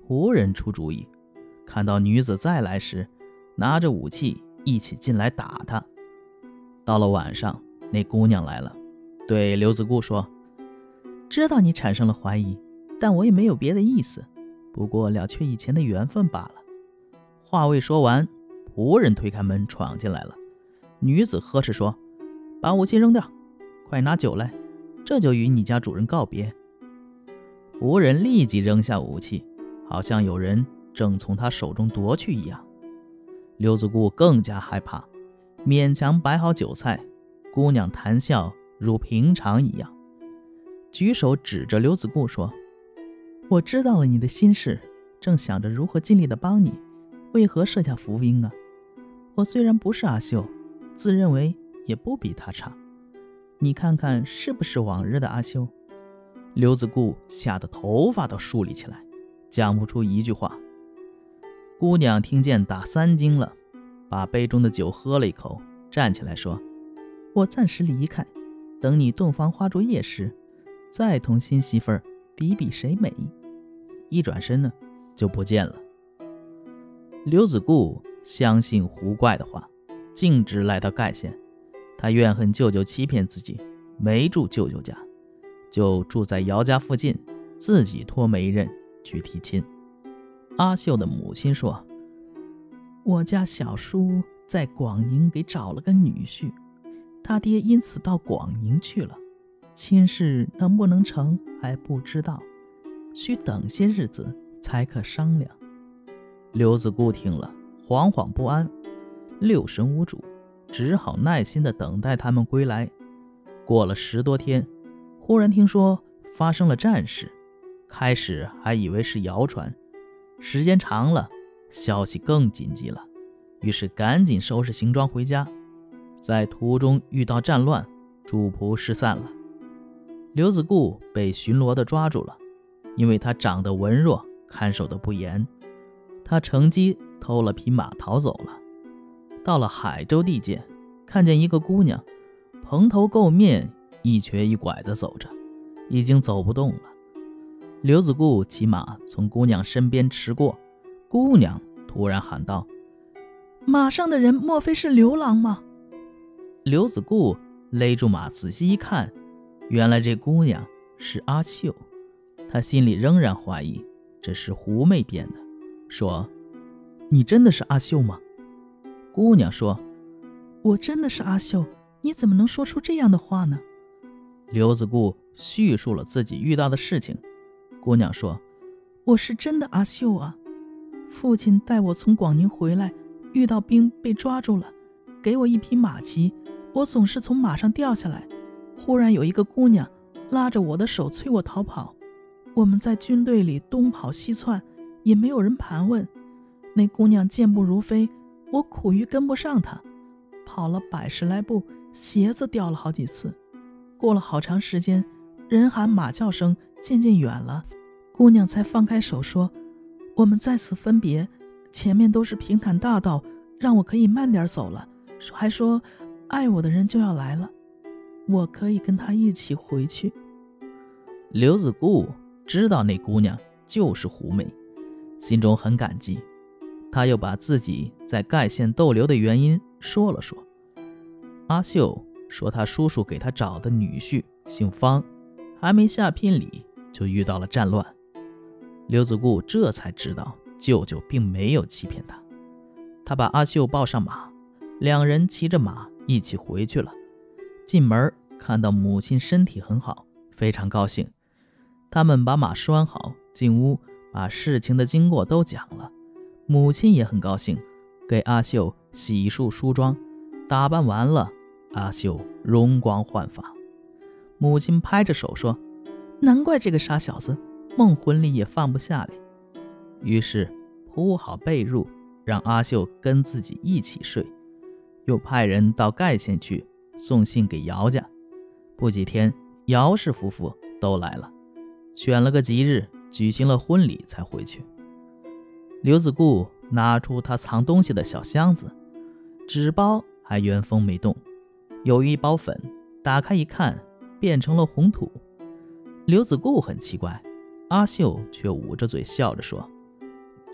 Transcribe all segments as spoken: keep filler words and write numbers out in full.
仆人出主意，看到女子再来时，拿着武器一起进来打她。到了晚上，那姑娘来了，对刘子固说：知道你产生了怀疑，但我也没有别的意思，不过了却以前的缘分罢了。话未说完，仆人推开门闯进来了。女子呵斥说：把武器扔掉，快拿酒来，这就与你家主人告别。仆人立即扔下武器，好像有人正从他手中夺去一样。刘子固更加害怕，勉强摆好酒菜，姑娘谈笑如平常一样，举手指着刘子固说：我知道了你的心事，正想着如何尽力的帮你，为何设下伏兵啊？我虽然不是阿秀，自认为也不比他差，你看看是不是往日的阿秀？刘子固吓得头发都竖立起来，讲不出一句话。姑娘听见打三更了，把杯中的酒喝了一口，站起来说：我暂时离开，等你洞房花烛夜时，再同新媳妇儿比比谁美。一转身呢，就不见了。刘子固相信胡怪的话，径直来到盖县。他怨恨舅舅欺骗自己，没住舅舅家，就住在姚家附近，自己托媒人去提亲。阿秀的母亲说：我家小叔在广宁给找了个女婿，他爹因此到广宁去了，亲事能不能成还不知道，需等些日子才可商量。刘子固听了，惶惶不安，六神无主，只好耐心地等待他们归来。过了十多天，忽然听说发生了战事，开始还以为是谣传，时间长了，消息更紧急了，于是赶紧收拾行装回家。在途中遇到战乱，主仆失散了。刘子固被巡逻的抓住了，因为他长得文弱，看守得不严，他乘机偷了匹马逃走了。到了海州地界，看见一个姑娘，蓬头垢面，一瘸一拐地走着，已经走不动了。刘子固骑马从姑娘身边驰过，姑娘突然喊道：马上的人莫非是刘郎吗？刘子固勒住马，仔细一看，原来这姑娘是阿秀。他心里仍然怀疑这是狐媚变的，说：你真的是阿秀吗？姑娘说：我真的是阿秀，你怎么能说出这样的话呢？刘子固叙述了自己遇到的事情。姑娘说：我是真的阿秀啊，父亲带我从广宁回来，遇到兵被抓住了，给我一匹马骑，我总是从马上掉下来，忽然有一个姑娘拉着我的手催我逃跑，我们在军队里东跑西窜，也没有人盘问，那姑娘健步如飞，我苦于跟不上她，跑了百十来步，鞋子掉了好几次。过了好长时间，人喊马叫声渐渐远了，姑娘才放开手说：我们在此分别，前面都是平坦大道，让我可以慢点走了，还说爱我的人就要来了，我可以跟他一起回去。刘子固知道那姑娘就是狐媚，心中很感激。他又把自己在盖县逗留的原因说了说。阿秀说他叔叔给他找的女婿姓方，还没下聘礼就遇到了战乱。刘子固这才知道舅舅并没有欺骗他。他把阿秀抱上马，两人骑着马一起回去了。进门看到母亲身体很好，非常高兴。他们把马拴好，进屋把事情的经过都讲了。母亲也很高兴，给阿秀洗漱梳妆，打扮完了，阿秀容光焕发。母亲拍着手说：难怪这个傻小子梦魂里也放不下来。于是铺好被褥，让阿秀跟自己一起睡，又派人到盖县去送信给姚家。不几天，姚氏夫妇都来了，选了个吉日，举行了婚礼才回去。刘子固拿出他藏东西的小箱子，纸包还原封没动，有一包粉，打开一看，变成了红土。刘子固很奇怪，阿秀却捂着嘴笑着说：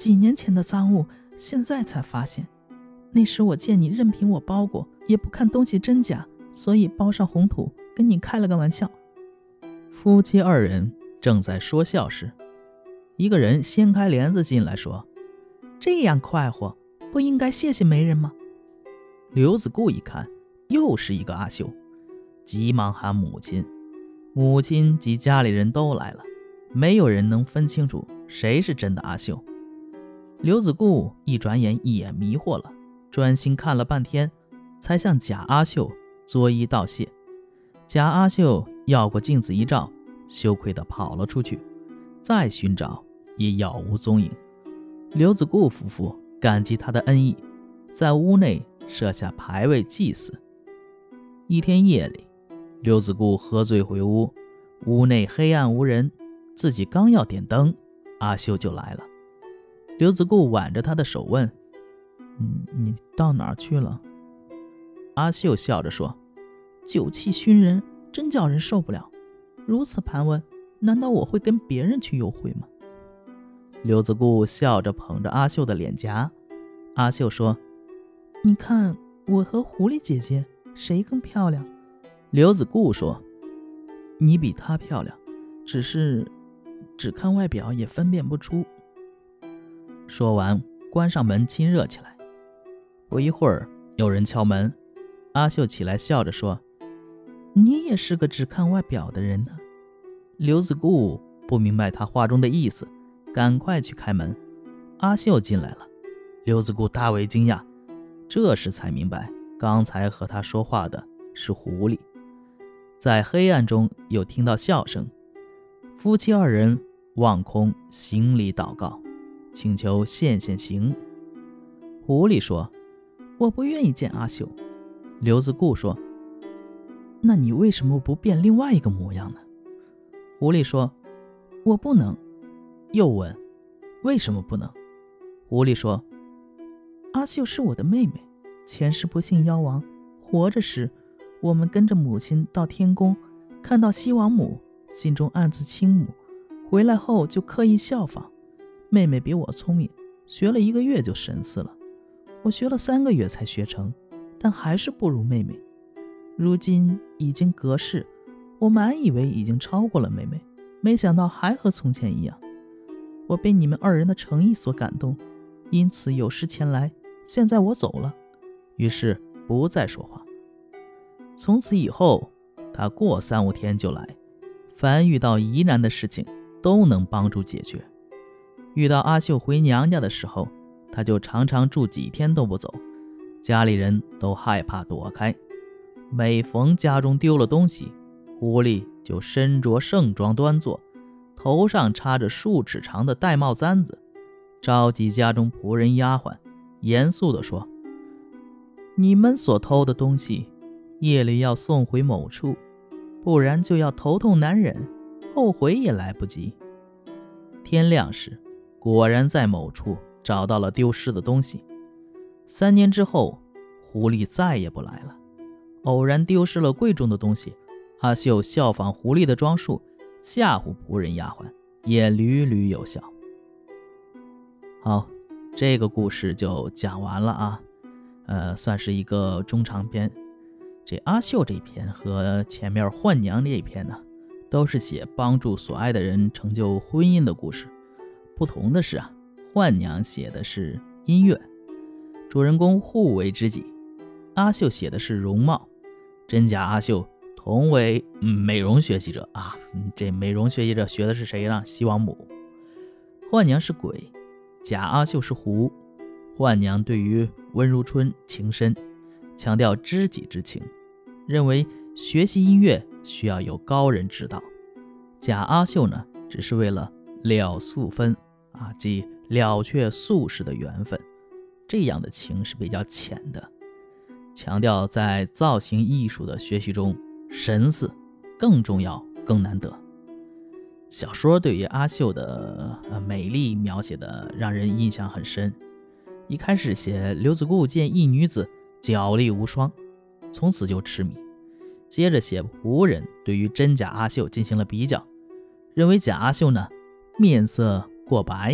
几年前的赃物，现在才发现。那时我见你任凭我包裹，也不看东西真假，所以包上红土，跟你开了个玩笑。 夫妻二人正在说笑时，一个人掀开帘子进来说： 这样快活，不应该谢谢媒人吗？ 刘子固一看，又是一个阿秀，急忙喊母亲。母亲及家里人都来了，没有人能分清楚谁是真的阿秀。刘子固一转眼也迷惑了，专心看了半天，才向假阿秀作揖道谢。假阿秀要过镜子一照，羞愧地跑了出去，再寻找也杳无踪影。刘子固夫妇感激他的恩义，在屋内设下牌位祭祀。一天夜里，刘子固喝醉回屋，屋内黑暗无人，自己刚要点灯，阿秀就来了。刘子固挽着他的手问：嗯，你到哪儿去了？阿秀笑着说： 酒气熏人，真叫人受不了。如此盘问，难道我会跟别人去幽会吗？ 刘子固笑着捧着阿秀的脸颊。阿秀说： 你看我和狐狸姐姐谁更漂亮？ 刘子固说：你比她漂亮，只是只看外表也分辨不出。说完关上门亲热起来。不一会儿有人敲门，阿秀起来笑着说： 你也是个只看外表的人呢。 刘子固不明白他话中的意思，赶快去开门。阿秀进来了，刘子固大为惊讶，这时才明白刚才和他说话的是狐狸。在黑暗中又听到笑声，夫妻二人望空行礼祷告，请求现现形。狐狸说： 我不愿意见阿秀。 刘子固说： 那你为什么不变另外一个模样呢？ 狐狸说： 我不能。 又问：为什么不能？狐狸说： 阿秀是我的妹妹，前世不幸夭亡，活着时我们跟着母亲到天宫，看到西王母，心中暗自倾慕，回来后就刻意效仿。妹妹比我聪明，学了一个月就神似了，我学了三个月才学成，但还是不如妹妹。如今已经隔世，我满以为已经超过了妹妹，没想到还和从前一样。我被你们二人的诚意所感动，因此有事前来，现在我走了。 于是不再说话。从此以后，他过三五天就来，凡遇到疑难的事情都能帮助解决。遇到阿秀回娘家的时候，他就常常住几天都不走，家里人都害怕躲开。每逢家中丢了东西，狐狸就身着盛装端坐，头上插着数尺长的玳瑁簪子，召集家中仆人丫鬟，严肃地说：你们所偷的东西夜里要送回某处，不然就要头痛难忍，后悔也来不及。天亮时，果然在某处找到了丢失的东西。三年之后，狐狸再也不来了。偶然丢失了贵重的东西，阿秀效仿狐狸的装束，吓唬仆人丫鬟，也屡屡有效。好，这个故事就讲完了啊，呃，算是一个中长篇。这阿秀这一篇和前面浣娘这一篇呢，都是写帮助所爱的人成就婚姻的故事。不同的是啊，浣娘写的是音乐，主人公互为知己；阿秀写的是容貌，真假阿秀同为、嗯、美容学习者啊。这美容学习者学的是谁呢？西王母。浣娘是鬼，假阿秀是狐。浣娘对于温如春情深，强调知己之情，认为学习音乐需要有高人指导。假阿秀呢，只是为了了素分啊，即了却素世的缘分，这样的情是比较浅的，强调在造型艺术的学习中，神似更重要更难得。小说对于阿秀的、呃、美丽描写的让人印象很深。一开始写刘子固见一女子脚力无双，从此就痴迷。接着写仆人对于真假阿秀进行了比较，认为假阿秀呢面色过白，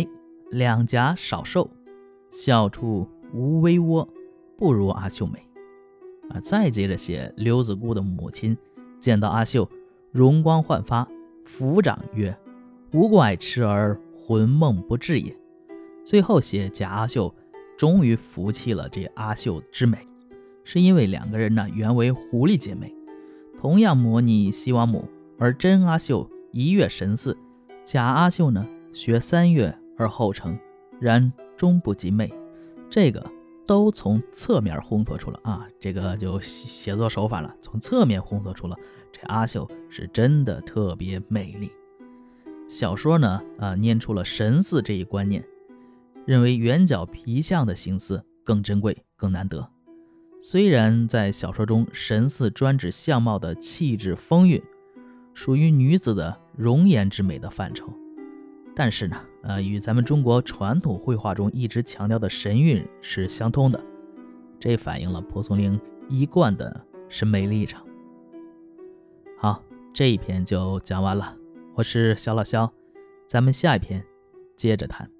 两颊少瘦，笑处无微窝，不如阿秀美。啊，再接着写刘子固的母亲见到阿秀，容光焕发，抚掌曰：无怪痴儿魂梦不至也。最后写贾阿秀终于服气了这阿秀之美，是因为两个人呢原为狐狸姐妹，同样模拟西王母，而真阿秀一跃神似，假阿秀呢学三月而后成，然终不及妹。这个都从侧面烘托出了啊，这个就写作手法了，从侧面烘托出了这阿秀是真的特别美丽。小说呢啊拈出了神似这一观念，认为圆角皮相的形似更珍贵更难得。虽然在小说中神似专指相貌的气质风韵，属于女子的容颜之美的范畴，但是呢呃，与咱们中国传统绘画中一直强调的神韵是相通的，这反映了蒲松龄一贯的审美立场。好，这一篇就讲完了，我是小老肖，咱们下一篇接着谈。